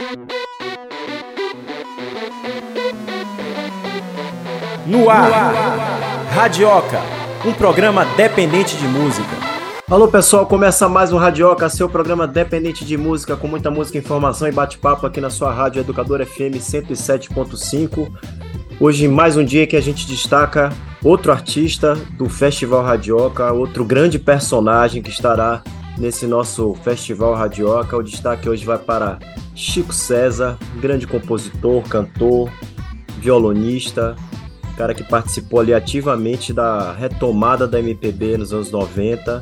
No ar, Radioca, um programa dependente de música. Alô pessoal, começa mais um Radioca, seu programa dependente de música, com muita música, informação e bate-papo aqui na sua Rádio Educadora FM 107.5. Hoje mais um dia que a gente destaca outro artista do Festival Radioca, outro grande personagem que estará nesse nosso Festival Radioca. O destaque hoje vai para Chico César, grande compositor, cantor, violonista, cara que participou ali ativamente da retomada da MPB nos anos 90.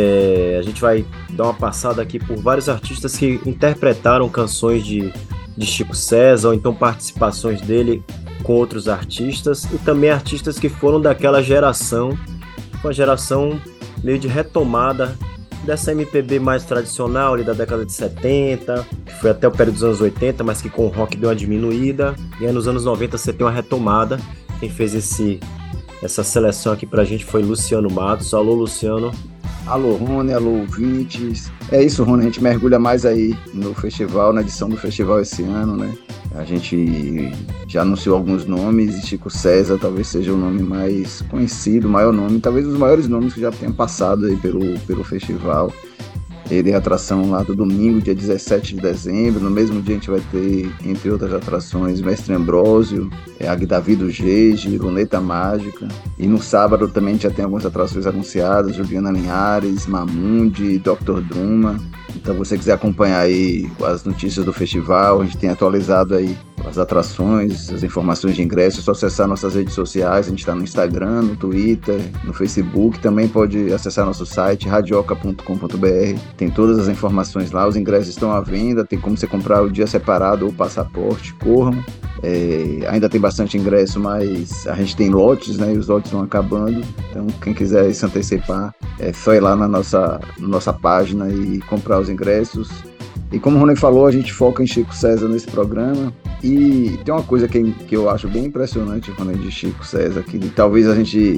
A gente vai dar uma passada aqui por vários artistas que interpretaram canções de Chico César, ou então participações dele com outros artistas, e também artistas que foram daquela geração, uma geração meio de retomada dessa MPB mais tradicional ali da década de 70, que foi até o período dos anos 80, mas que com o rock deu uma diminuída, e aí nos anos 90 você tem uma retomada. Quem fez essa seleção aqui pra gente foi Luciano Matos. Alô, Luciano. Alô, Rony, alô, ouvintes. É isso, Rony, a gente mergulha mais aí no festival, na edição do festival esse ano, né? A gente já anunciou alguns nomes, e Chico César talvez seja o nome mais conhecido, o maior nome, talvez um dos maiores nomes que já tenham passado aí pelo festival. Ele é a atração lá do domingo, dia 17 de dezembro. No mesmo dia a gente vai ter, entre outras atrações, Mestre Ambrósio, Davi do Gege, Luneta Mágica. E no sábado também a gente já tem algumas atrações anunciadas, Juliana Linhares, Mamundi, Dr. Druma. Então, se você quiser acompanhar aí as notícias do festival, a gente tem atualizado aí as atrações, as informações de ingresso. É só acessar nossas redes sociais, a gente está no Instagram, no Twitter, no Facebook. Também pode acessar nosso site, radioca.com.br. Tem todas as informações lá, os ingressos estão à venda, tem como você comprar o dia separado ou o passaporte, corram. Ainda tem bastante ingresso, mas a gente tem lotes, né? E os lotes vão acabando. Então, quem quiser se antecipar, é só ir lá na nossa página e comprar os ingressos. E como o Rony falou, a gente foca em Chico César nesse programa. E tem uma coisa que eu acho bem impressionante, Rony, de Chico César, que talvez a gente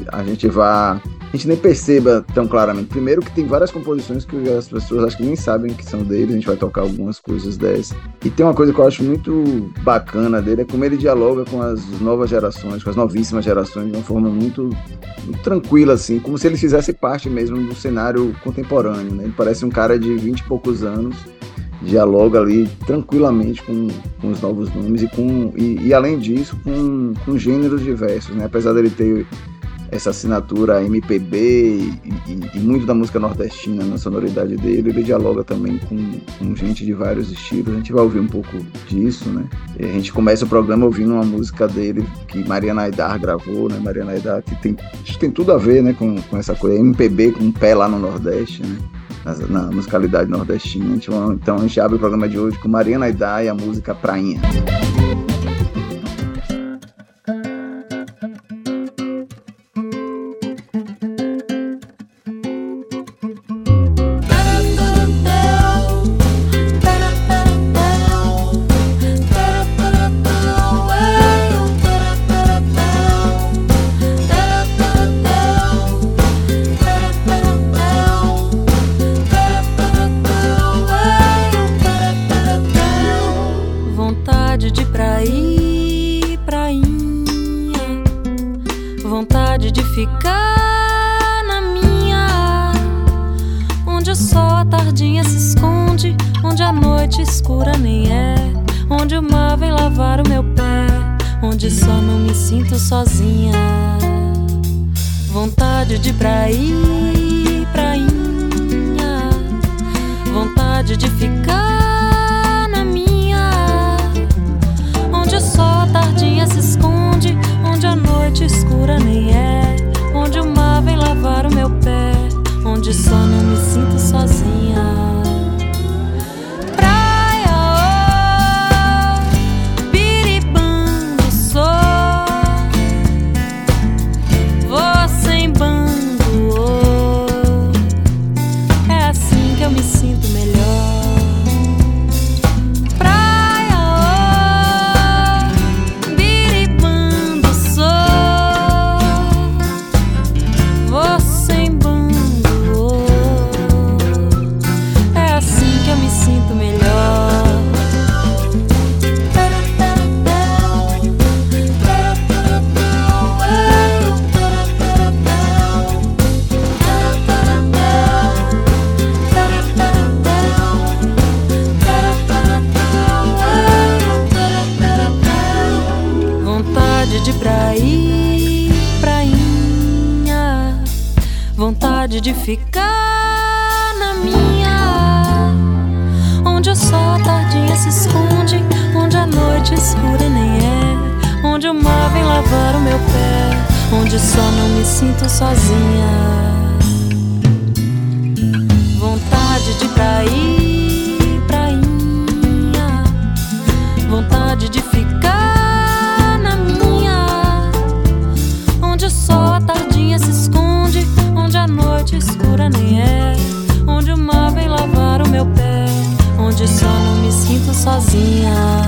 nem perceba tão claramente. Primeiro que tem várias composições que as pessoas acho que nem sabem que são dele, a gente vai tocar algumas coisas dessas. E tem uma coisa que eu acho muito bacana dele, é como ele dialoga com as novas gerações, com as novíssimas gerações, de uma forma muito tranquila, assim, como se ele fizesse parte mesmo do cenário contemporâneo, né? Ele parece um cara de 20 e poucos anos, dialoga ali tranquilamente com os novos nomes e além disso com gêneros diversos, né? Apesar dele ter essa assinatura MPB e muito da música nordestina na sonoridade dele, ele dialoga também com gente de vários estilos. A gente vai ouvir um pouco disso, né? E a gente começa o programa ouvindo uma música dele que Mariana Aidar gravou, né? Mariana Aidar, que tem tudo a ver, né, com essa coisa MPB, com um pé lá no Nordeste, né? Na musicalidade nordestina. Então a gente abre o programa de hoje com Mariana Aidar e a música Prainha. Vontade de prainha, vontade de ficar na minha, onde só a tardinha se esconde, onde a noite escura nem é, onde o mar vem lavar o meu pé, onde só não me sinto sozinha. Sinto melhor. de ficar na minha, onde o sol tardinha se esconde, onde a noite escura nem é, onde o mar vem lavar o meu pé, onde só não me sinto sozinha. Vontade de prair, prainha, vontade de ficar na minha, onde o sol à tardinha se esconde, onde a noite escura nem é, onde o mar vem lavar o meu pé, onde só não me sinto sozinha.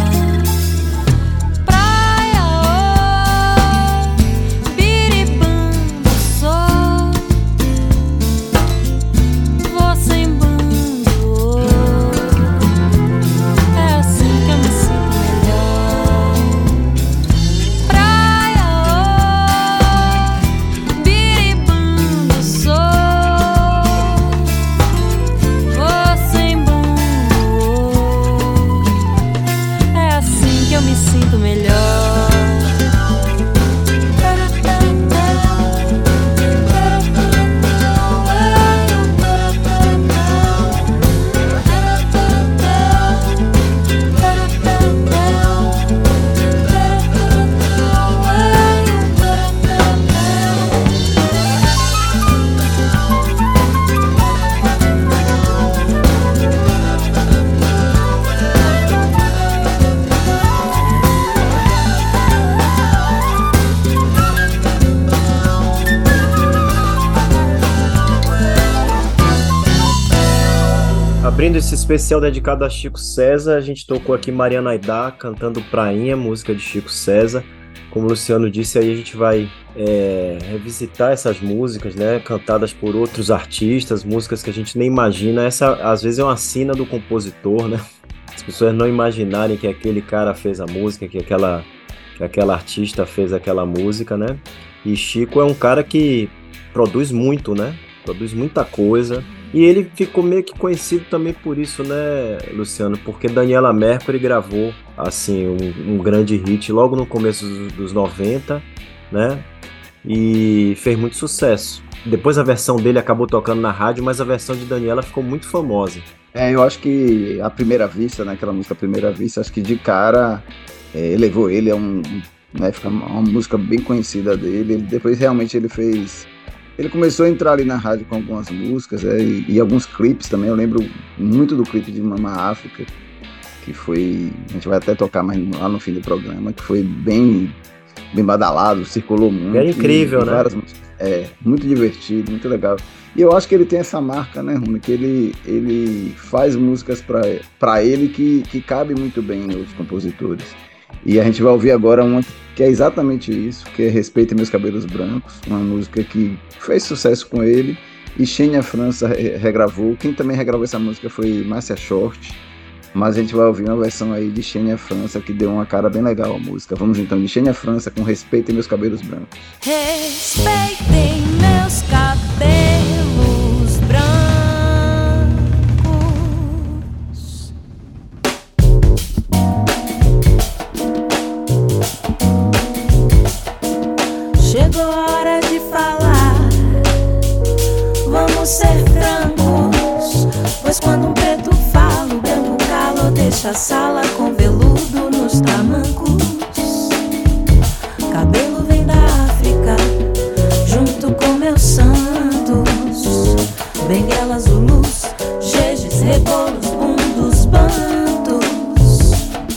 Abrindo esse especial dedicado a Chico César, a gente tocou aqui Mariana Aidar cantando Prainha, música de Chico César. Como o Luciano disse, aí a gente vai revisitar essas músicas, né, cantadas por outros artistas, músicas que a gente nem imagina. Essa, às vezes, é uma sina do compositor, né? As pessoas não imaginarem que aquele cara fez a música, que aquela artista fez aquela música, né? E Chico é um cara que produz muito, né? Produz muita coisa. E ele ficou meio que conhecido também por isso, né, Luciano? Porque Daniela Mercury gravou, assim, um grande hit logo no começo dos 90, né? E fez muito sucesso. Depois a versão dele acabou tocando na rádio, mas a versão de Daniela ficou muito famosa. Eu acho que a Primeira Vista, né, aquela música Primeira Vista, acho que de cara elevou ele a fica uma música bem conhecida dele. Depois realmente ele começou a entrar ali na rádio com algumas músicas e alguns clipes também. Eu lembro muito do clipe de Mama África, que foi, a gente vai até tocar mais lá no fim do programa, que foi bem badalado, circulou muito. É incrível, né? Muito divertido, muito legal. E eu acho que ele tem essa marca, né, Rune, que ele faz músicas para ele que cabe muito bem em outros compositores. E a gente vai ouvir agora uma que é exatamente isso, que é Respeita Meus Cabelos Brancos, uma música que fez sucesso com ele, e Xenia França regravou. Quem também regravou essa música foi Márcia Short, mas a gente vai ouvir uma versão aí de Xenia França que deu uma cara bem legal à música. Vamos então de Xenia França com Respeitem Meus Cabelos Brancos. Respeitem meus cabelos brancos. Chegou a hora de falar, vamos ser francos, pois quando um preto fala, o branco cala ou deixa a sala com veludo nos tamancos. Cabelo vem da África, junto com meus santos, benguelas, zulus, jejes, rebolos, bundos, bantos,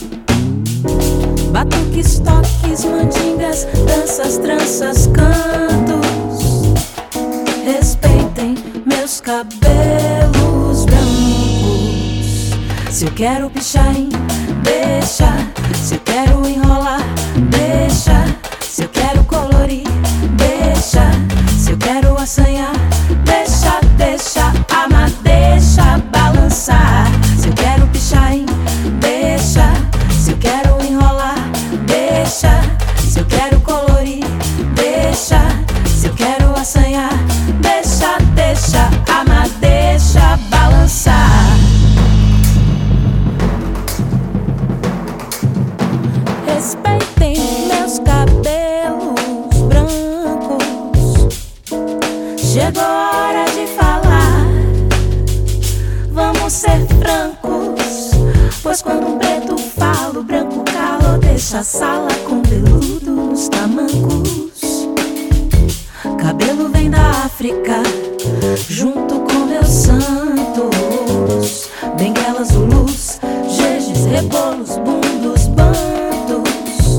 batuques, toques, mandingas, danças, tranças, cantos. Respeitem meus cabelos brancos. Se eu quero pichar, deixa. Se eu quero enrolar, deixa. Se eu quero colorir, deixa. Se eu quero assanhar, deixa, deixa. Amar, deixa balançar. Se eu quero pichar, deixa. Se eu quero enrolar, deixa. Se eu quero colorir, deixa. Se eu quero assanhar, deixa, deixa. Amar, deixa balançar. Respeitem meus cabelos brancos. Chegou a hora de deixa a sala com veludo nos tamancos. Cabelo vem da África, junto com meus santos. Benguelas, zulus, jejes, rebolos, bundos, bantos.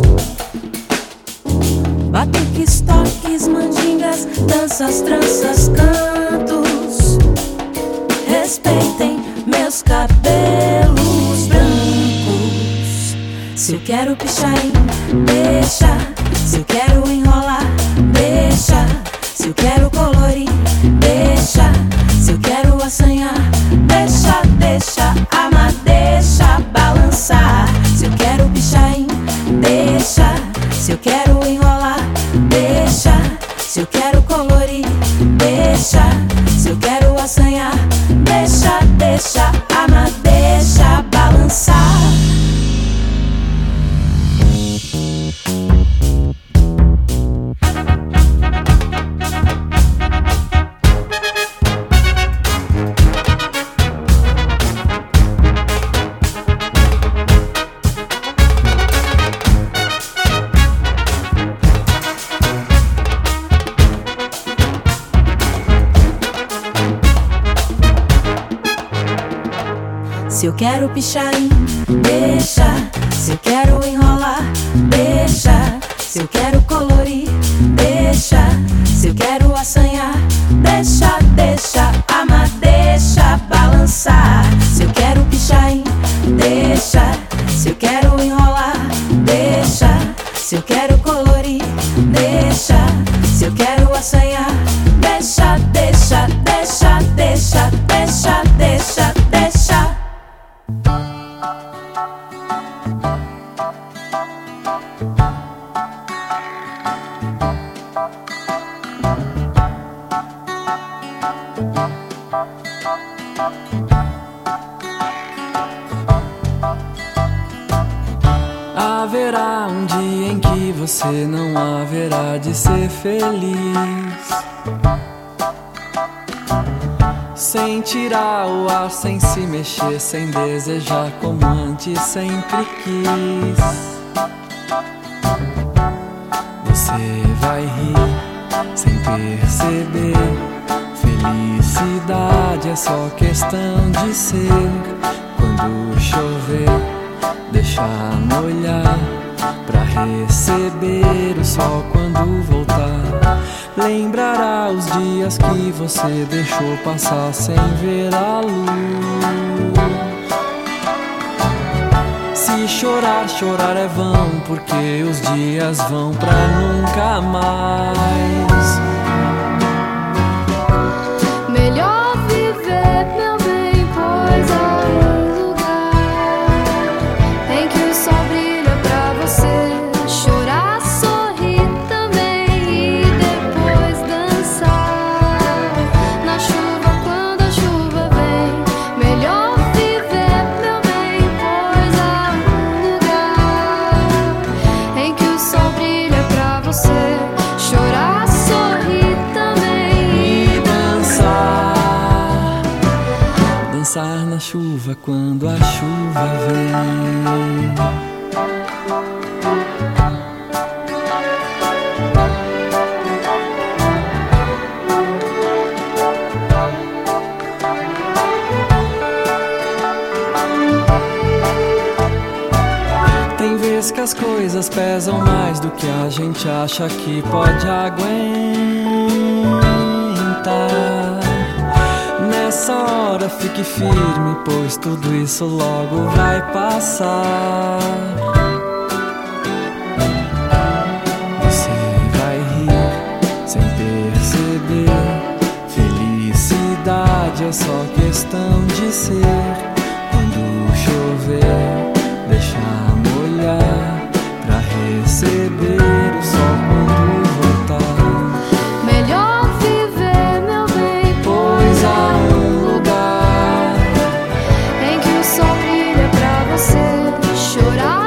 Batuques, toques, mandingas, danças, tranças, cantos. Respeitem meus cabelos brancos. Se eu quero pichain, deixa. Se eu quero enrolar, deixa. Se eu quero colorir, deixa. Se eu quero assanhar, deixa, deixa, amar, deixa balançar. Se eu quero pichain, deixa. Se eu quero enrolar, deixa. Se eu quero colorir, deixa. Se eu quero assanhar, deixa, deixa, amar, deixa balançar. Se eu quero pichain, deixa. Se eu quero enrolar, deixa. Se eu quero colorir, deixa. Se eu quero assanhar, deixa, deixa, amar, deixa balançar. Se eu quero pichain, deixa. Se eu quero enrolar, deixa. Se eu quero colorir, deixa. Se eu quero assanhar, deixa, deixa, deixa, deixa, deixa, deixa, deixa. Haverá um dia em que você não haverá de ser feliz, sem tirar o ar, sem se mexer, sem desejar como antes sempre quis. Você vai rir sem perceber. Felicidade é só questão de ser. Quando chover, deixa molhar pra receber o sol quando voltar. Lembrará os dias que você deixou passar sem ver a luz. Se chorar, chorar é vão, porque os dias vão pra nunca mais. Melhor viver, meu bem, pois há um lugar em que o sol brilha pra você. Chorar, sorrir também e depois dançar na chuva quando a chuva vem. Melhor viver, meu bem, pois há um lugar em que o sol brilha pra você. Chorar, sorrir também e dançar na chuva quando a chuva vem. Tem vezes que as coisas pesam mais do que a gente acha que pode aguentar. Nessa hora fique firme, pois tudo isso logo vai passar. Você vai rir sem perceber. Felicidade é só questão de ser. Quando chover, deixa molhar pra receber o sol quando voltar. melhor viver, meu bem, Pois há um lugar em que o sol brilha pra você. Chorar,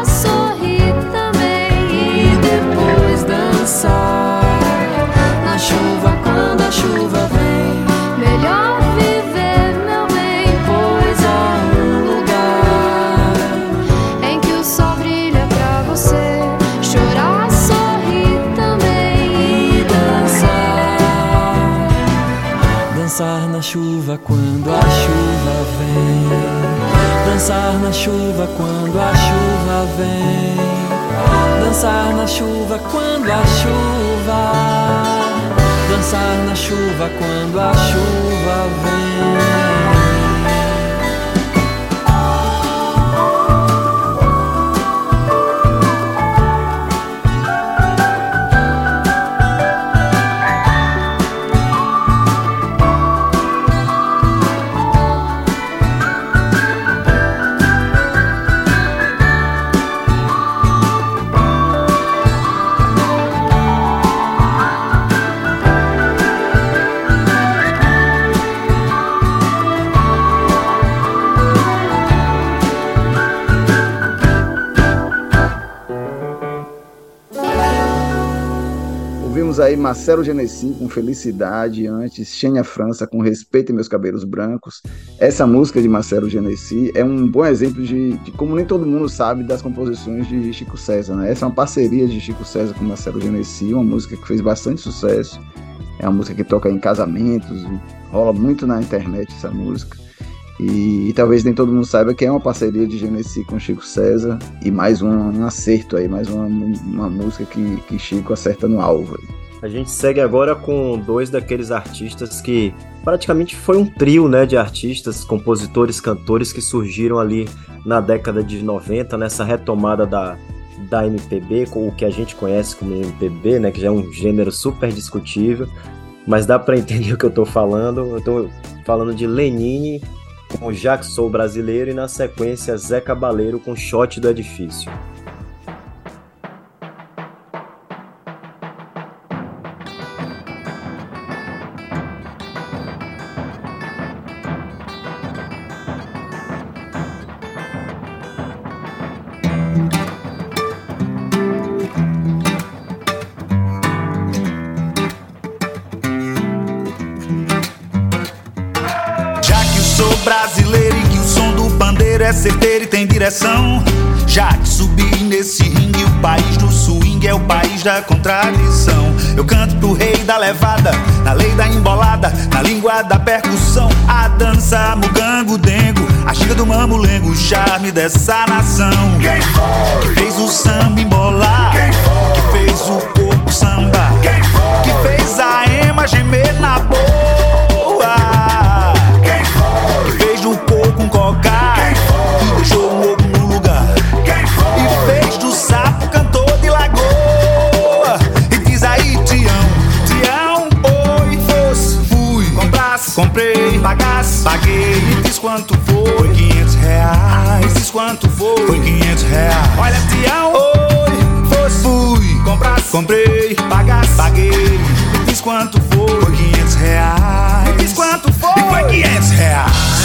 chuva quando a chuva vem. Dançar na chuva quando a chuva vem. Dançar na chuva quando a chuva. Dançar na chuva quando a chuva vem. Aí Marcelo Genesi com Felicidade, antes Xênia França com Respeite Meus Cabelos Brancos. Essa música de Marcelo Genesi é um bom exemplo de como nem todo mundo sabe das composições de Chico César, né? Essa é uma parceria de Chico César com Marcelo Genesi, uma música que fez bastante sucesso, é uma música que toca em casamentos, rola muito na internet essa música, e talvez nem todo mundo saiba que é uma parceria de Genesi com Chico César, e mais um acerto aí, mais uma música que Chico acerta no alvo aí. A gente segue agora com dois daqueles artistas que praticamente foi um trio, né, de artistas, compositores, cantores que surgiram ali na década de 90, nessa retomada da MPB, com o que a gente conhece como MPB, né, que já é um gênero super discutível, mas dá para entender o que eu estou falando. Eu estou falando de Lenine com Já Que Sou Brasileiro e na sequência Zé Cabaleiro com Shot do Edifício. Brasileiro e que o som do pandeiro é certeiro e tem direção. Já que subi nesse ringue, o país do swing é o país da contradição. Eu canto pro rei da levada, na lei da embolada, na língua da percussão. A dança, mugango, dengo, a ginga do mamulengo, o charme dessa nação. Quem foi? Que fez o samba embolar? Quem foi? Que fez o corpo samba? Quem foi? Que fez a ema gemer na boa? Do coco um cocar e deixou um ovo no lugar. E fez do sapo cantor de lagoa. E diz aí, Tião, oi, fosse, fui, comprasse, comprei, pagasse, paguei. E diz quanto foi, R$500. Diz quanto foi, R$500. Olha, Tião, oi, fosse, fui, comprasse, comprei, pagasse, paguei. E diz quanto foi, R$500. E diz quanto foi, e foi R$500.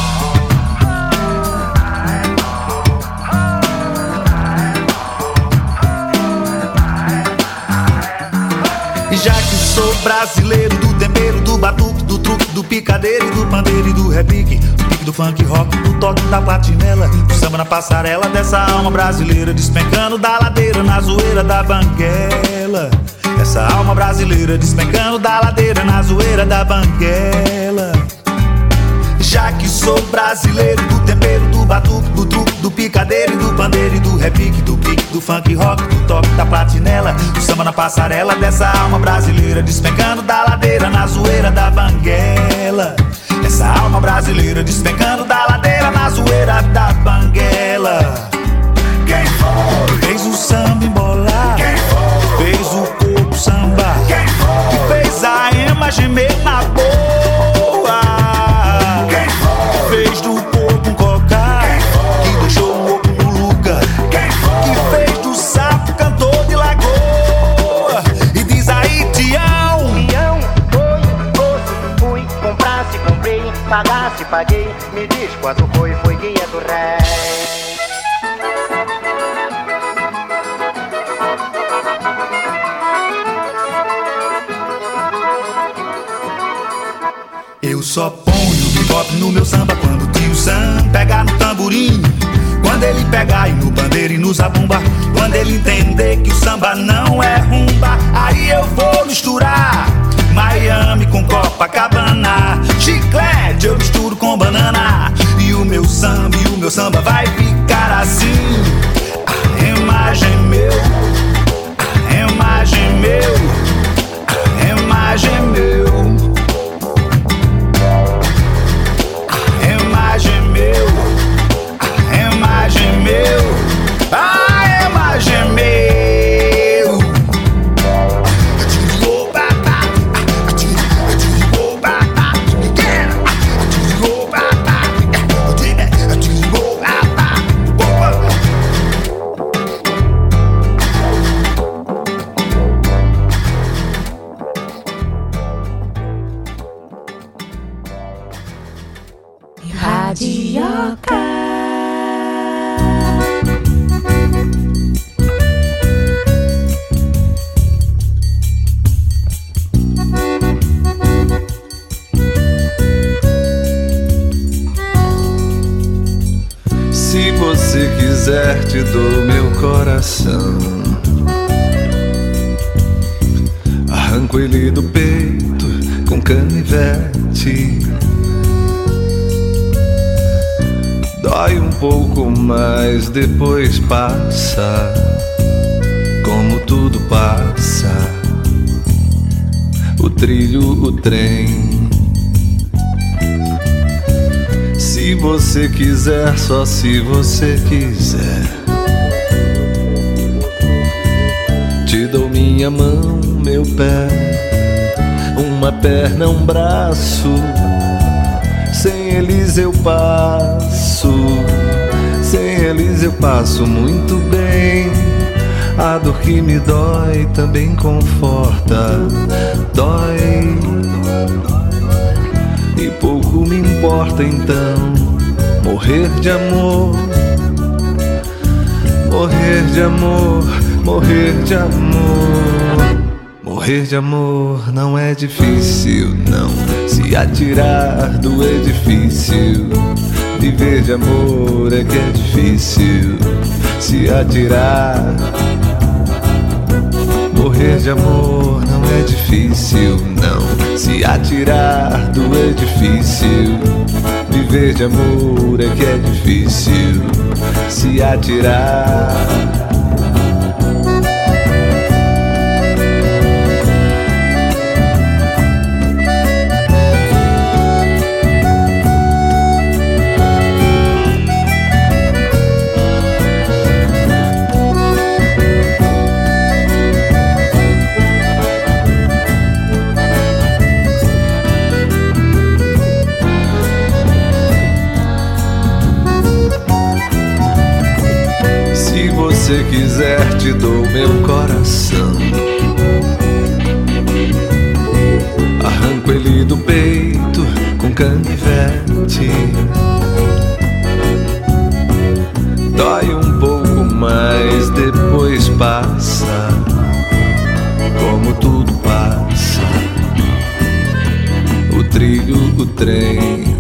Já que sou brasileiro, do tempero, do batuque, do truque, do picadeiro, do pandeiro e do repique, do pique do funk rock, do toque da platinela, do samba na passarela, dessa alma brasileira despencando da ladeira na zoeira da banguela. Essa alma brasileira despencando da ladeira na zoeira da banguela. Já que sou brasileiro, do tempero, do batuque, do truque, do picadeiro, do pandeiro e do repique, do pique, do funk rock, do toque da platinela, do samba na passarela, dessa alma brasileira despencando da ladeira na zoeira da banguela. Essa alma brasileira despencando da ladeira na zoeira da banguela. Quem foi? Fez o samba embolar. Quem foi? Fez o corpo samba. Quem foi? E fez a ema gemer na boa. Fez do corpo um cocar que deixou um ovo no lugar. Que fez do sapo cantor de lagoa. E diz aí, Tião, foi, fui, comprasse, comprei, pagasse, paguei. Me diz quanto foi R$500. Eu só ponho bebop no meu samba quando o tio Sam pegar no tamborim. Quando ele pegar e no pandeiro e no zabumba. Quando ele entender que o samba não é rumba. Aí eu vou misturar Miami com Copacabana, chiclete verde eu misturo com banana. E o meu samba vai ficar assim. A imagem meu, a imagem meu, a imagem meu, a imagem meu, a imagem meu, a imagem meu. Se você quiser, te dou meu coração. Arranco ele do peito com canivete. Dói um pouco, mas depois passa, como tudo passa. O trilho, o trem. Se você quiser, só se você quiser, te dou minha mão, meu pé, uma perna, um braço. Sem eles eu passo, sem eles eu passo muito bem. A dor que me dói também conforta, dói. E pouco me importa então morrer de amor, morrer de amor, morrer de amor. Morrer de amor não é difícil, não. Se atirar do edifício. Viver de amor é que é difícil. Se atirar. Morrer de amor não é difícil, não. Se atirar do edifício. Viver de amor é que é difícil. Se atirar. Se você quiser, te dou meu coração. Arranco ele do peito com canivete. Dói um pouco, mas depois passa, como tudo passa. O trilho, o trem.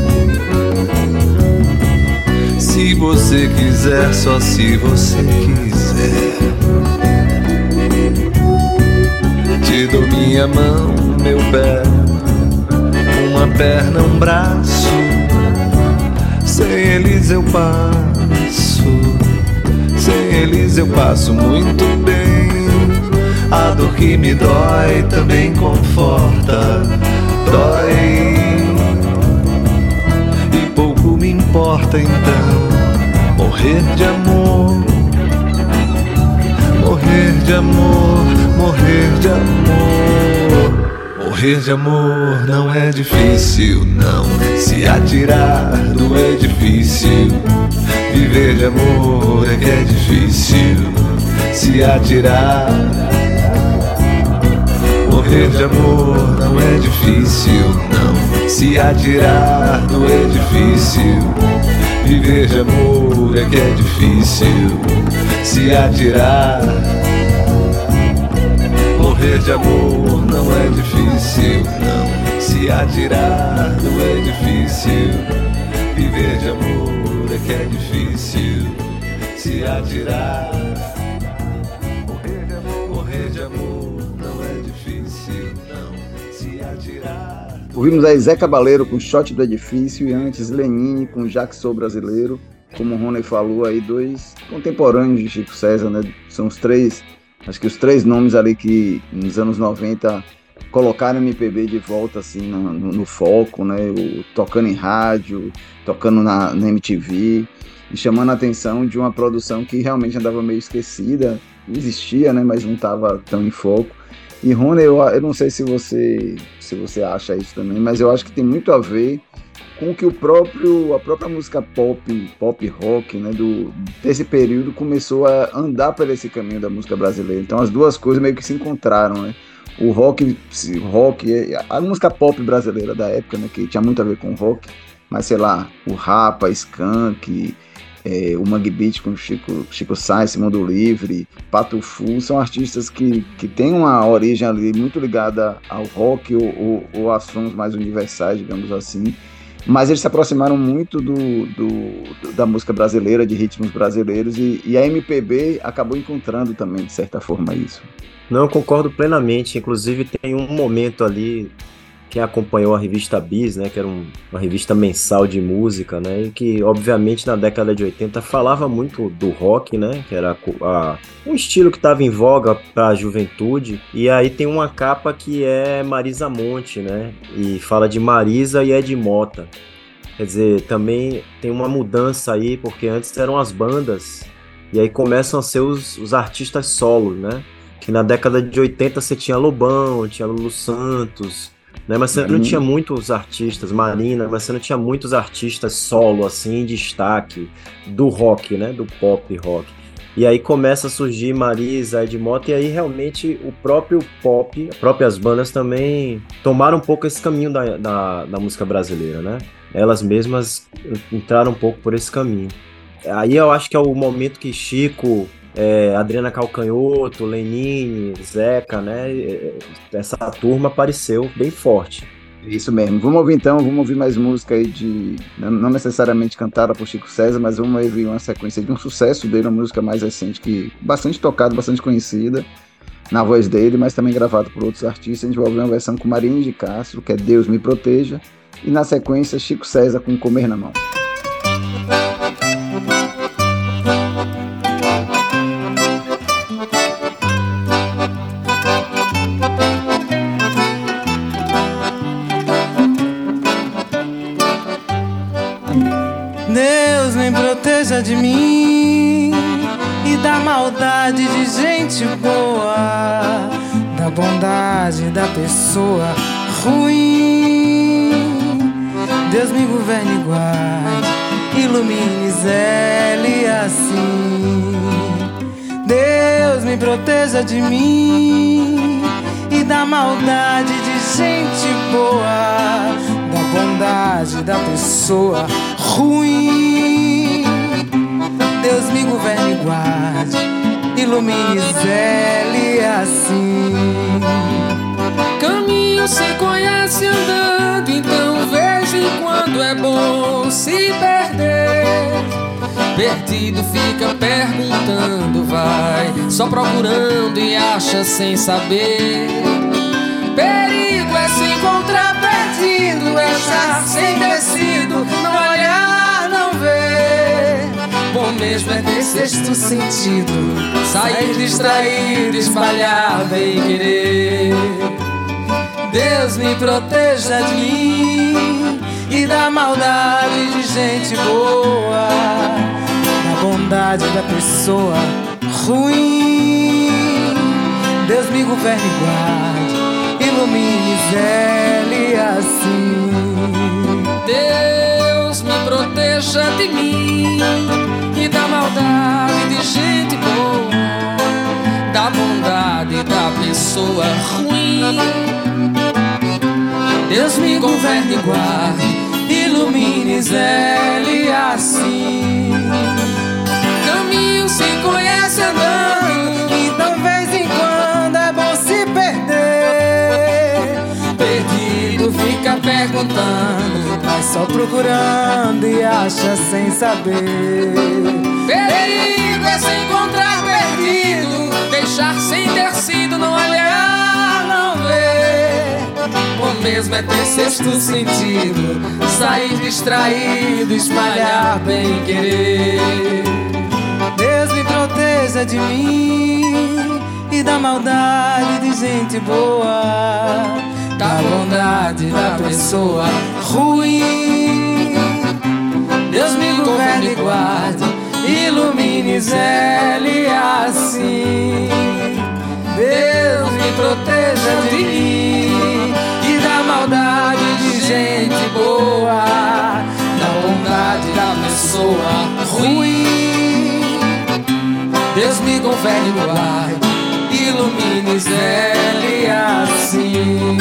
Se você quiser, só se você quiser, te dou minha mão, meu pé, uma perna, um braço. Sem eles eu passo, sem eles eu passo muito bem. A dor que me dói também conforta, dói. E pouco me importa então morrer de amor, morrer de amor, morrer de amor. Morrer de amor não é difícil, não. Se atirar do edifício. Viver de amor é que é difícil. Se atirar. Morrer de amor não é difícil, não. Se atirar do edifício. Viver de amor é que é difícil. Se atirar. Morrer de amor não é difícil, não. Se atirar do edifício. Viver de amor é que é difícil. Se atirar. Morrer de amor não é difícil, não. Se atirar. Ouvimos aí Zé Cabaleiro com Shot do Edifício e antes Lenine com Já Que Sou Brasileiro. Como o Rony falou aí, 2 contemporâneos de Chico César, né? São os 3, acho que os 3 nomes ali que nos anos 90 colocaram o MPB de volta assim no foco, né? Tocando em rádio, tocando na MTV e chamando a atenção de uma produção que realmente andava meio esquecida, existia, né? Mas não estava tão em foco. E Rony, eu não sei se você acha isso também, mas eu acho que tem muito a ver com o que a própria música pop rock, né, desse período começou a andar por esse caminho da música brasileira. Então as duas coisas meio que se encontraram, né? O rock, a música pop brasileira da época, né, que tinha muito a ver com rock, mas sei lá, o Rapa, Skank, o Mangue Beat com Chico Sainz, Mundo Livre, Pato Fu, são artistas que têm uma origem ali muito ligada ao rock ou a sons mais universais, digamos assim, mas eles se aproximaram muito da música brasileira, de ritmos brasileiros, e a MPB acabou encontrando também, de certa forma, isso. Não, eu concordo plenamente. Inclusive tem um momento ali, quem acompanhou a revista Bis, né, que era uma revista mensal de música, né, e que obviamente na década de 80 falava muito do rock, né, que era um estilo que estava em voga para a juventude, e aí tem uma capa que é Marisa Monte, né, e fala de Marisa e Ed Mota. Quer dizer, também tem uma mudança aí, porque antes eram as bandas, e aí começam a ser os artistas solos, né, que na década de 80 você tinha Lobão, tinha Lulu Santos, né, mas você não tinha muitos artistas, Marina, mas você não tinha muitos artistas solo, assim, em destaque do rock, né, do pop rock. E aí começa a surgir Marisa, Ed Mota, e aí realmente o próprio pop, as próprias bandas também tomaram um pouco esse caminho da música brasileira, né? Elas mesmas entraram um pouco por esse caminho. Aí eu acho que é o momento que Chico, Adriana Calcanhoto, Lenine, Zeca, né? Essa turma apareceu bem forte. Isso mesmo. Vamos ouvir mais música aí não necessariamente cantada por Chico César, mas vamos ouvir uma sequência de um sucesso dele, uma música mais recente, que bastante tocada, bastante conhecida na voz dele, mas também gravada por outros artistas. A gente vai ouvir uma versão com Marinho de Castro, que é Deus Me Proteja, e na sequência Chico César com Comer na Mão. Deus me proteja de mim e da maldade de gente boa, da bondade da pessoa ruim. Deus me governe e guarde, ilumine, zele assim. Deus me proteja de mim e da maldade de gente boa, da bondade da pessoa ruim. Deus me governe e guarde, ilumine, zele assim. Caminho se conhece andando, então veja quando é bom se perder. Perdido fica perguntando, vai só procurando e acha sem saber. Perigo é se encontrar perdido, é achar sem ter sido, não olhar, não ver. Bom mesmo é ter sexto sentido, sair distraído, espalhar bem querer. Deus me proteja de mim e da maldade de gente boa, da bondade da pessoa ruim. Deus me governe e guarde, ilumine, zele assim. Deus me proteja de mim e da maldade de gente boa, da bondade da pessoa ruim. Deus me governe e guarde, ilumine, zele assim. Caminho se conhece andando, então vez em quando é bom se perder. perdido fica perguntando, vai só procurando e acha sem saber. Perigo é se encontrar perdido, deixar sem ter sido, não olhar, não ver. Bom mesmo é ter sexto sentido, sair distraído, espalhar bem querer. Deus me proteja de mim e da maldade de gente boa, da bondade da pessoa ruim. Deus me governe e guarde, ilumine, zele assim. Deus me proteja de mim e da maldade de gente boa, da bondade da pessoa ruim. Deus me governe e guarde, ilumine, zele assim.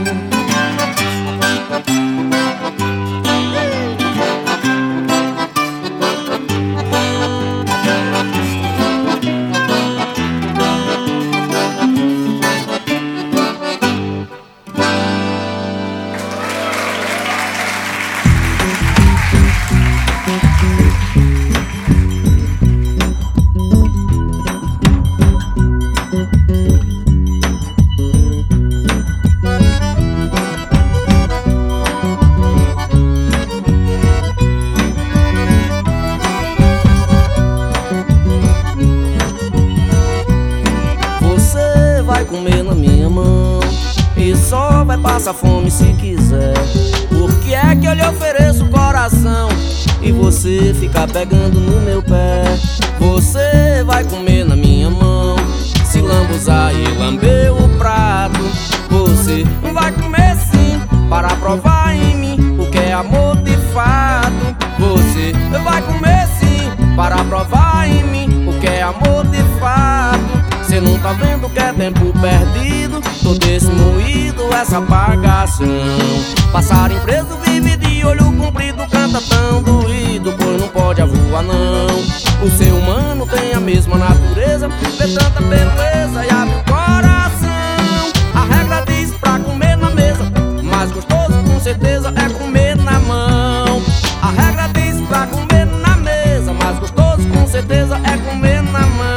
Passa fome se quiser. Por que é que eu lhe ofereço o coração e você fica pegando no meu pé? Você vai comer na minha mão, se lambuzar e lamber o prato. Você vai comer sim, para provar em mim o que é amor de fato. Você vai comer sim, para provar em mim o que é amor de fato. Cê não tá vendo que é tempo perdido, todo esse moído, essa apagação. Passarinho preso vive de olho comprido, canta tão doído, pois não pode avoar não. O ser humano tem a mesma natureza, vê tanta beleza e abre o coração. A regra diz pra comer na mesa, mais gostoso com certeza é comer na mão. A regra diz pra comer na mesa, mais gostoso com certeza é comer na mão.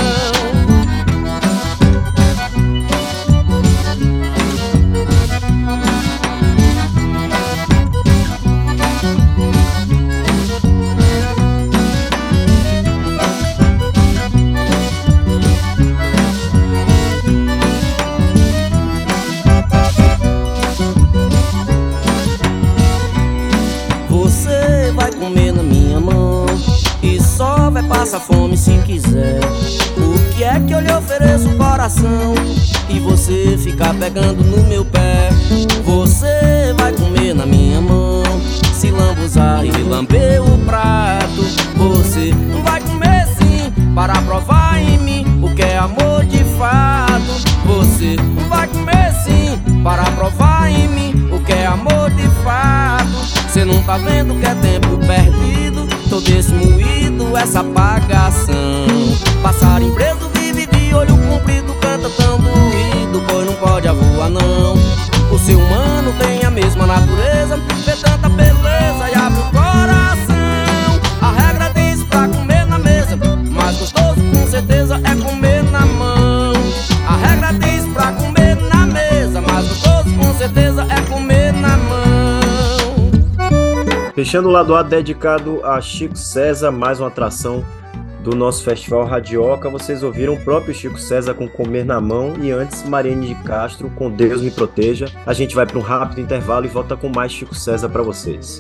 Passa fome se quiser. Por que é que eu lhe ofereço o coração e você fica pegando no meu pé? Você vai comer na minha mão, se lambuzar e lamber o prato. Você vai comer sim, para provar em mim o que é amor de fato. Você vai comer sim, para provar em mim o que é amor de fato. Cê não tá vendo que é tempo perdido, todo esse moído, essa apagação. Passarinho preso vive de olho comprido, canta tão doído, pois não pode avoar não. O ser humano tem a mesma natureza, vê tanta beleza e abre o coração. A regra diz pra comer na mesa, mais gostoso com certeza é comer na mão. A regra diz pra comer na mesa, mais gostoso com certeza é comer na mão. Fechando o lado A, dedicado a Chico César, mais uma atração do nosso Festival Radioca. Vocês ouviram o próprio Chico César com Comer na Mão e antes Mariane de Castro com Deus Me Proteja. A gente vai para um rápido intervalo e volta com mais Chico César para vocês.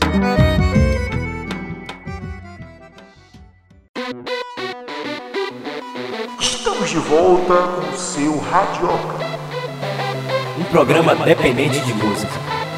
Estamos de volta com o seu Radioca, um programa dependente de música.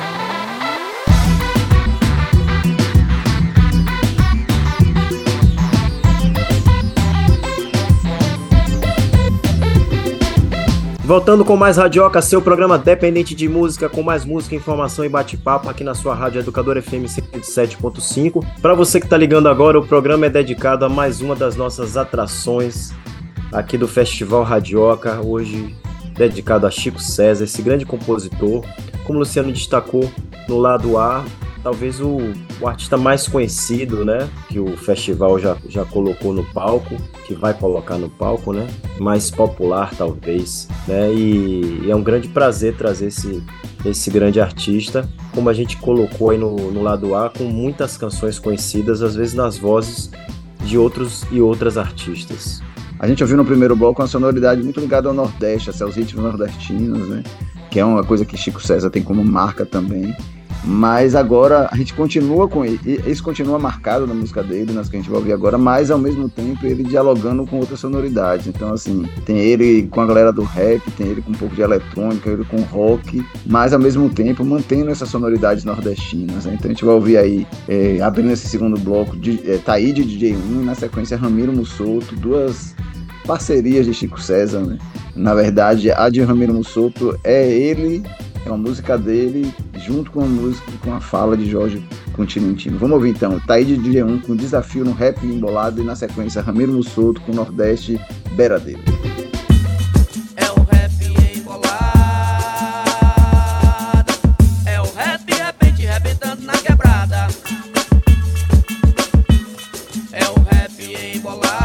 Voltando com mais Radioca, seu programa dependente de música, com mais música, informação e bate-papo aqui na sua Rádio Educadora FM 107.5. Para você que está ligando agora, o programa é dedicado a mais uma das nossas atrações aqui do Festival Radioca, hoje dedicado a Chico César, esse grande compositor. Como o Luciano destacou no lado A, talvez o artista mais conhecido, né, que o festival já colocou no palco, que vai colocar no palco, né, mais popular talvez, né, e é um grande prazer trazer esse grande artista, como a gente colocou aí no lado A, com muitas canções conhecidas, às vezes nas vozes de outros e outras artistas. A gente ouviu no primeiro bloco uma sonoridade muito ligada ao Nordeste, aos ritmos nordestinos, né? Que é uma coisa que Chico César tem como marca também. Mas agora a gente continua com ele, isso continua marcado na música dele, nas que a gente vai ouvir agora, mas ao mesmo tempo ele dialogando com outras sonoridades. Então, assim, tem ele com a galera do rap, tem ele com um pouco de eletrônica, ele com rock, mas ao mesmo tempo mantendo essas sonoridades nordestinas, né? Então a gente vai ouvir aí, abrindo esse segundo bloco, Taíde e DJ 1, e na sequência Ramiro Mussolto, duas parcerias de Chico César, né? Na verdade, a de Ramiro Mussolto é uma música dele, junto com a música, com a fala de Jorge Continentino. Vamos ouvir então, Taíde de DJ1 com Desafio no Rap Embolado, e na sequência Ramiro Mussolto com Nordeste Beiradeiro. É o rap embolado, é o rap repente rebentando na quebrada. É o rap embolado,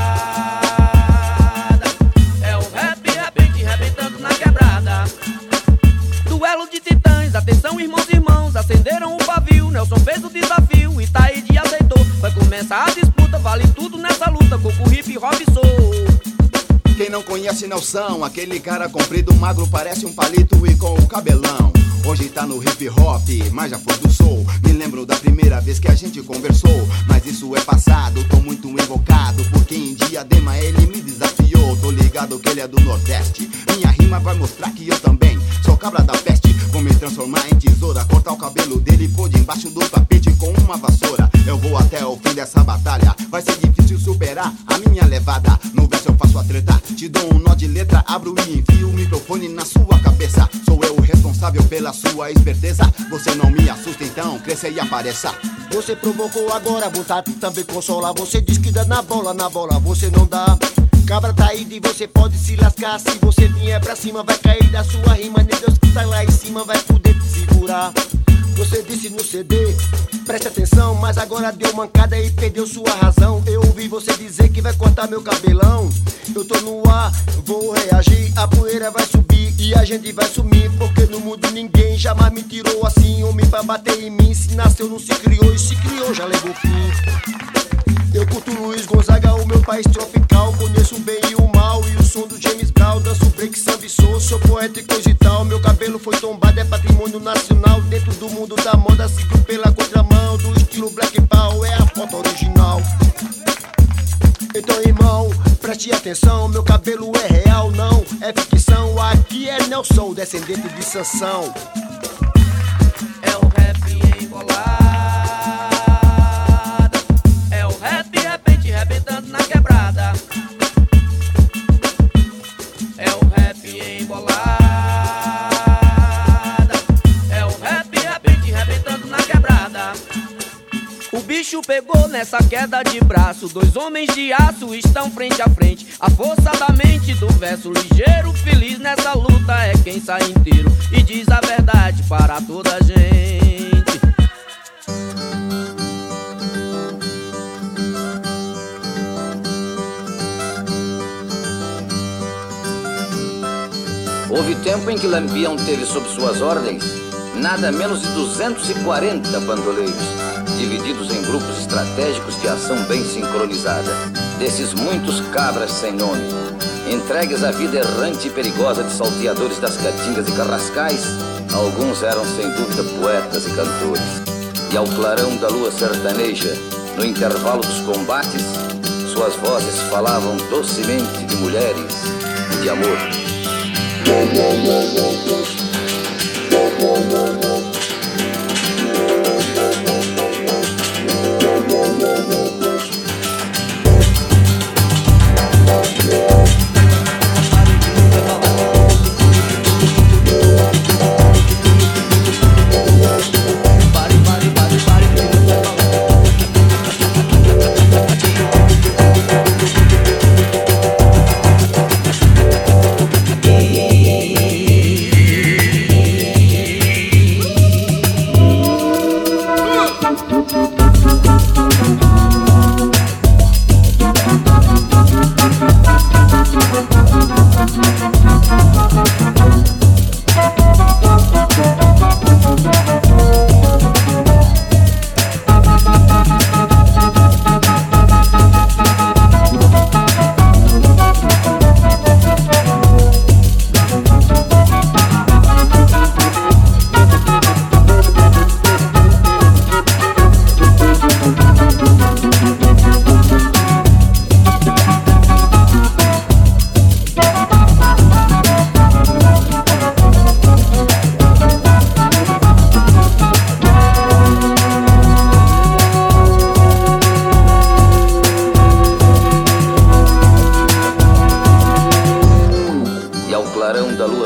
é o rap repente rebentando na quebrada. Duelo de titãs, atenção irmãos, acenderam o pavio. Nelson fez o desafio e Taíde aceitou. Vai começar a disputa, vale tudo nessa luta. Coco, hip, hop, soul. Quem não conhece Nelson, aquele cara comprido, magro, parece um palito e com o cabelão. Hoje tá no hip hop, mas já foi do soul. Me lembro da primeira vez que a gente conversou, mas isso é passado, tô muito invocado, porque em Diadema ele me desafiou. Tô ligado que ele é do Nordeste, minha rima vai mostrar que eu também sou cabra da peste. Vou me transformar em tesoura, cortar o cabelo dele, pôr debaixo do tapete com uma vassoura. Eu vou até o fim dessa batalha, vai ser difícil superar a minha levada. No verso eu faço a treta, te dou um nó de letra, abro e enfio o microfone na sua cabeça. Sou eu o responsável pela sua esperteza. Você não me assusta, então cresça e apareça. Você provocou agora, vontade também consolar. Você diz que dá na bola você não dá. Cabra Taíde, você pode se lascar. Se você vier pra cima, vai cair da sua rima. Nem Deus que tá lá em cima vai poder te segurar. Você disse no CD, preste atenção, mas agora deu mancada e perdeu sua razão. Eu ouvi você dizer que vai cortar meu cabelão. Eu tô no ar, vou reagir, a poeira vai subir e a gente vai sumir. Porque no mundo ninguém jamais me tirou assim. Homem pra bater em mim, se nasceu não se criou, e se criou já levou fim. Eu curto Luiz Gonzaga, o meu país tropical. Conheço o bem e o mal e o som do James Brown. Danço break, samba e soul, sou poeta e coisa e tal. Meu cabelo foi tombado, é patrimônio nacional. Dentro do mundo da moda, sigo pela contramão do estilo Black Power, é a foto original. Então, irmão, preste atenção, meu cabelo é real, não é ficção. Aqui é Nelson, descendente de Sansão. É o rap embolado, é o rap repente rebentando na quebrada. É o rap embolado, é o rap repente rebentando na quebrada. O bicho pegou nessa queda de braço. Dois homens de aço estão frente a frente. A força da mente do verso ligeiro, feliz nessa luta é quem sai inteiro e diz a verdade para toda a gente. Houve tempo em que Lampião teve sob suas ordens nada menos de 240 bandoleiros, divididos em grupos estratégicos de ação bem sincronizada. Desses muitos cabras sem nome, entregues à vida errante e perigosa de salteadores das caatingas e carrascais, alguns eram sem dúvida poetas e cantores. E ao clarão da lua sertaneja, no intervalo dos combates, suas vozes falavam docemente de mulheres e de amor.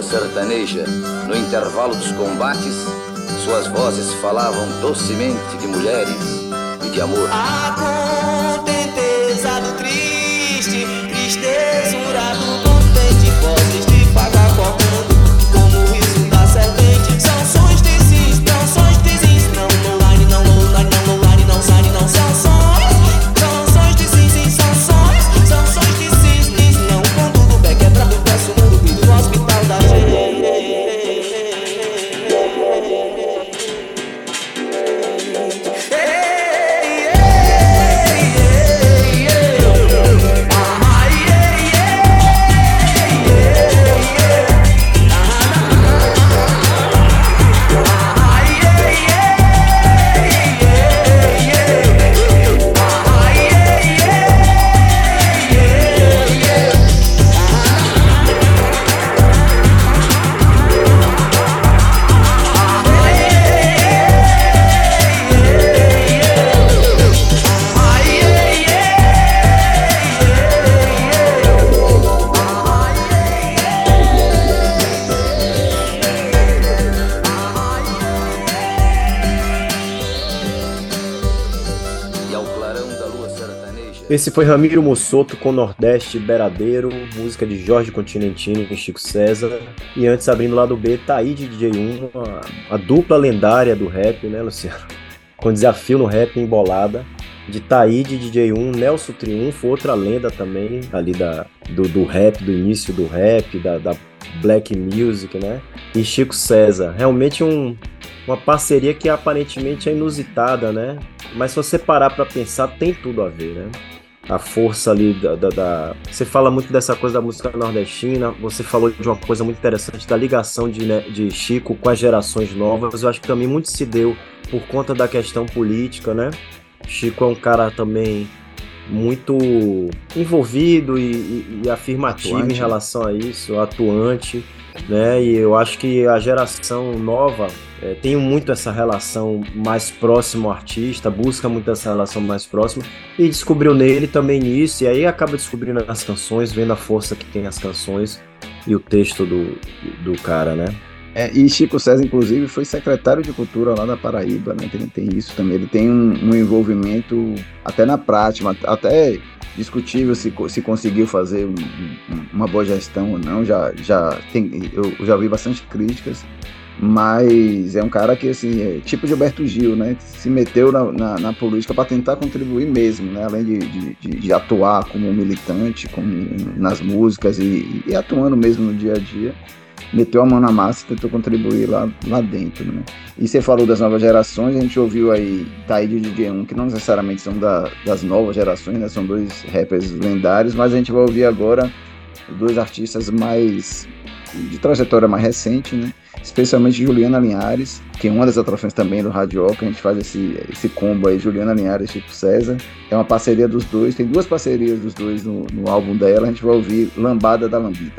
sertaneja, no intervalo dos combates, suas vozes falavam docemente de mulheres e de amor. A contenteza do triste, tristezura do contente, podes de pagar cortando, como o riso da serpente. São sons de cis, não sons de cis, não online, não online, não online, não sane, não são sons de cis, sim, são sons de cis, não quando o pé quebrado, peço no duvido no hospital da gente. Esse foi Ramiro Mussoto com Nordeste Beradeiro, música de Jorge Continentini e Chico César. E antes, abrindo o lado B, Taíde DJ1, a dupla lendária do rap, né, Luciano? Com desafio no rap embolada. De Taíde DJ1, Nelson Triunfo, outra lenda também, ali do rap, do início do rap, da black music, né? E Chico César. Realmente uma parceria que aparentemente é inusitada, né? Mas se você parar pra pensar, tem tudo a ver, né? A força ali Você fala muito dessa coisa da música nordestina, você falou de uma coisa muito interessante, da ligação de Chico com as gerações novas. Eu acho que também muito se deu por conta da questão política, né? Chico é um cara também muito envolvido e afirmativo atuante, em relação a isso, atuante, né? E eu acho que a geração nova tem muito essa relação mais próxima ao artista, busca muito essa relação mais próxima e descobriu nele também isso, e aí acaba descobrindo as canções, vendo a força que tem as canções e o texto do cara, né? E Chico César, inclusive, foi secretário de Cultura lá da Paraíba, né? Tem isso também. Ele tem um envolvimento até na prática, até discutível se conseguiu fazer uma boa gestão ou não. Eu já vi bastante críticas, mas é um cara que, assim, é tipo Gilberto Gil, né? Se meteu na política para tentar contribuir mesmo, né? Além de atuar como militante, nas músicas e atuando mesmo no dia a dia. Meteu a mão na massa e tentou contribuir lá dentro, né? E você falou das novas gerações, a gente ouviu aí Taíde e DJ1, que não necessariamente são das novas gerações, né? São dois rappers lendários, mas a gente vai ouvir agora dois artistas de trajetória mais recente, né? Especialmente Juliana Linhares, que é uma das atrações também do Radioca. A gente faz esse combo aí, Juliana Linhares e Chico César. É uma parceria dos dois, tem duas parcerias dos dois no álbum dela. A gente vai ouvir Lambada da Lambida.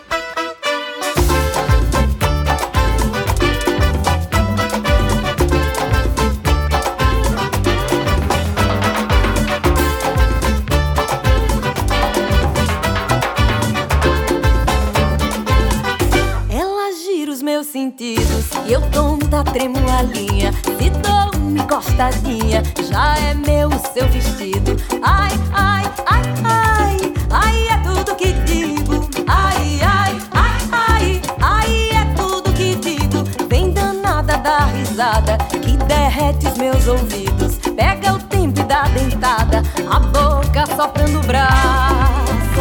E eu tonta tremo a linha, se dou uma encostadinha, já é meu o seu vestido. Ai, ai, ai, ai, ai, é tudo que digo. Ai, ai, ai, ai, ai, é tudo que digo. Vem danada da risada que derrete os meus ouvidos. Pega o tempo e dá dentada, a boca soprando brasa.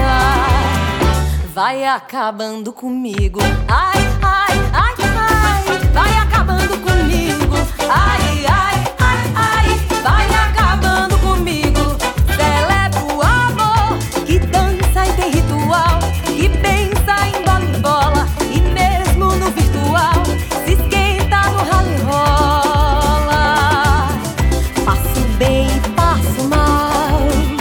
Vai acabando comigo. Ai, ai, ai, ai, vai acabando comigo. Ai, ai, ai, ai, vai acabando comigo. Celebra o amor que dança e tem ritual, que pensa em bola em bola e mesmo no virtual se esquenta no rala e rola. Passo bem e passo mal.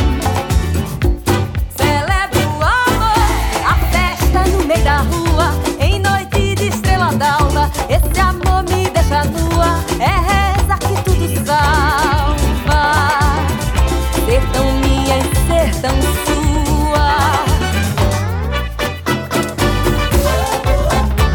Celebra o amor, a festa no meio da rua, em noite de estrela d'alva. Esse amor me deixa nua, é reza que tudo salva. Sertão minha e sertão sua.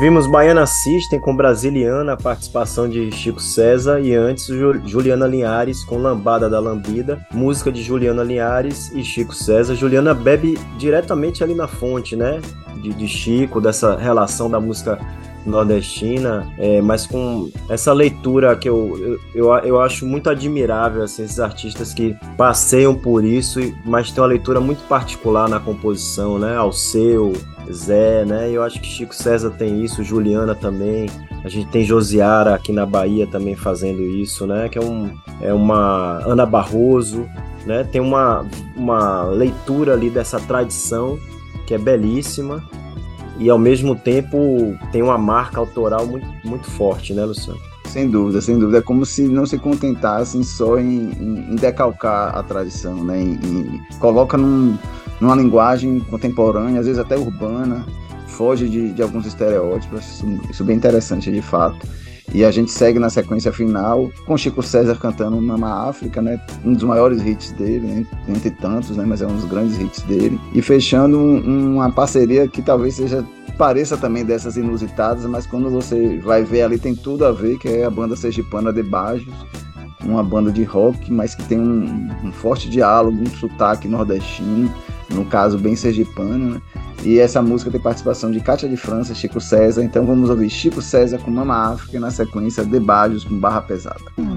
Ouvimos Baiana System com Brasiliana, a participação de Chico César, e antes Juliana Linhares com Lambada da Lambida, música de Juliana Linhares e Chico César. Juliana bebe diretamente ali na fonte, né, de Chico, dessa relação da música nordestina, mas com essa leitura que eu acho muito admirável, assim, esses artistas que passeiam por isso, mas tem uma leitura muito particular na composição, né, Alceu, Zé, né, e eu acho que Chico César tem isso, Juliana também, a gente tem Josiara aqui na Bahia também fazendo isso, né, que é uma Ana Barroso, né, tem uma leitura ali dessa tradição que é belíssima, e ao mesmo tempo tem uma marca autoral muito, muito forte, né, Luciano? Sem dúvida, sem dúvida. É como se não se contentassem só em decalcar a tradição, né? Coloca numa linguagem contemporânea, às vezes até urbana, foge de alguns estereótipos. Isso é bem interessante, de fato. E a gente segue na sequência final com Chico César cantando Mama África, né? Um dos maiores hits dele, né? Entre tantos, né? Mas é um dos grandes hits dele. E fechando uma parceria que talvez pareça também dessas inusitadas, mas quando você vai ver ali tem tudo a ver, que é a banda sergipana de Bajos, uma banda de rock, mas que tem um forte diálogo, um sotaque nordestino, no caso bem sergipano, né? E essa música tem participação de Cátia de França, Chico César. Então vamos ouvir Chico César com Mama África e na sequência de Bajos com Barra Pesada.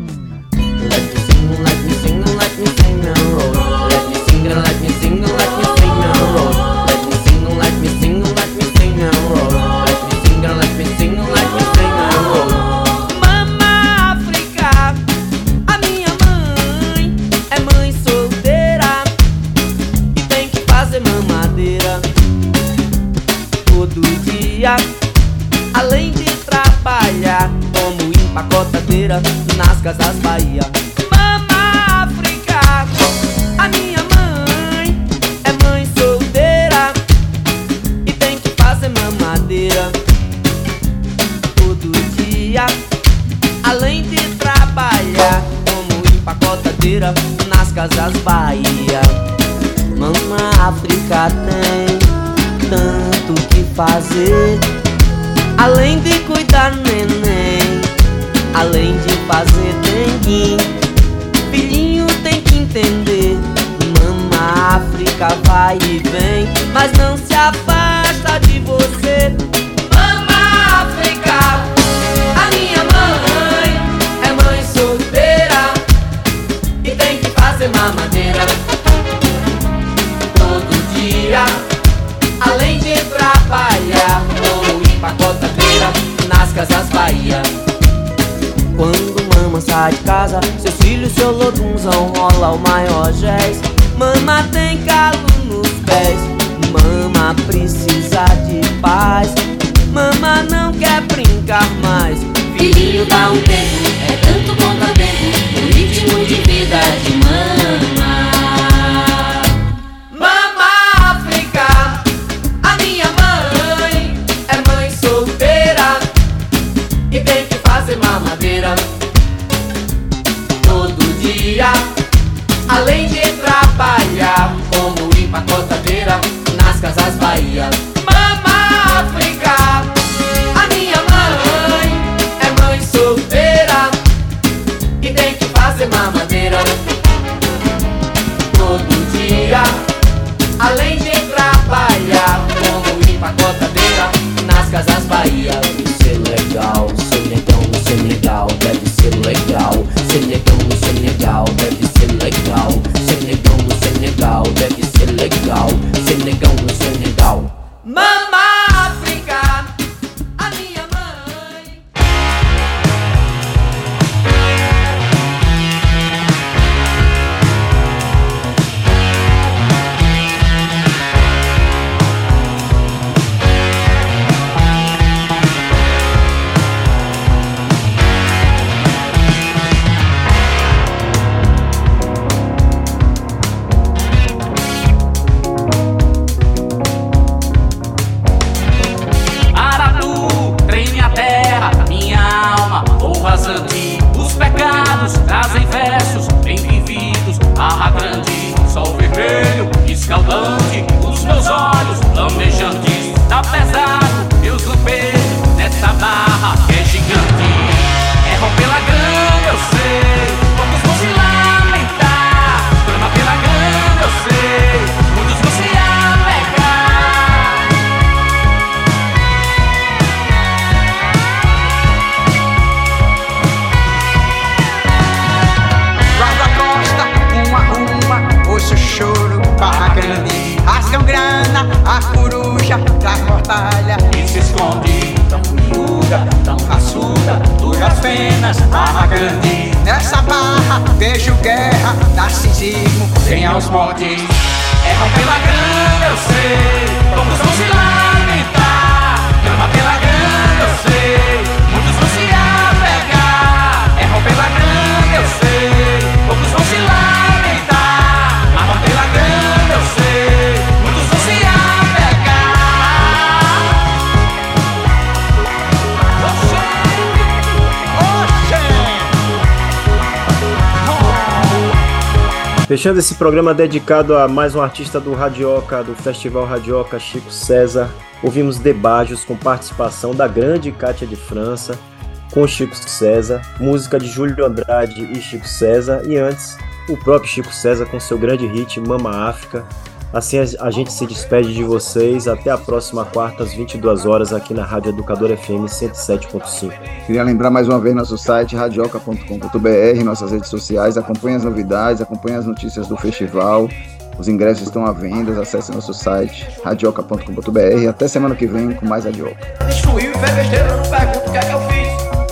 Além de trabalhar como empacotadeira nas casas Bahia. Mama África, a minha mãe é mãe solteira e tem que fazer mamadeira todo dia. Além de trabalhar como empacotadeira nas casas Bahia. Mama África tem tanto que fazer, além de cuidar neném, além de fazer dengue. Filhinho tem que entender, Mama África vai e vem, mas não se afasta de você. Mama África, a minha mãe é mãe solteira e tem que fazer mamadeira todo dia. Além de trabalhar como empacotadeira nas casas Bahia. Quando mama sai de casa, seus filhos, seu lodunzão rola o maior jazz. Mama tem calo nos pés, mama precisa de paz. Mama não quer brincar mais. Filhinho dá um tempo, é tanto contratempo, o ritmo de vida de mama. Mamadeira todo dia, além de trabalhar como empacotadeira nas casas Bahia. Mama África, a minha mãe é mãe solteira e tem que fazer mamadeira todo dia, além de trabalhar como empacotadeira nas casas Bahia. Ser legal, Senegal, deve ser legal. Senegão no Senegal, deve ser legal. Senegão no Senegal, deve ser legal. Senegão no Senegal. Mama África, a minha mãe. Os pecados trazem versos bem vividos. Barra grande, sol vermelho, escaldante. Os meus olhos lamejantes, tá pesado, meus lampejos Minas, Barra Grande. Nessa barra vejo guerra, narcisismo, Vem aos montes, erram pela grana, eu sei. Poucos vão se lamentar. Grama pela grana, eu sei. Muitos vão se apegar. Erram pela grana, eu sei. Poucos vão se lamentar. Arma pela grana, eu sei. Muitos vão se apegar. Fechando esse programa dedicado a mais um artista do Radioca, do Festival Radioca, Chico César, ouvimos Debajos com participação da grande Cátia de França, com Chico César, música de Júlio Andrade e Chico César, e antes, o próprio Chico César com seu grande hit Mama África. Assim a gente se despede de vocês, até a próxima quarta às 22 horas aqui na Rádio Educador FM 107.5. Queria lembrar mais uma vez nosso site radioca.com.br, nossas redes sociais, acompanhe as novidades, acompanhe as notícias do festival, os ingressos estão à venda, acesse nosso site radioca.com.br e até semana que vem com mais Radioca. Destruiu e fez besteira, eu não pergunto o que é que eu fiz.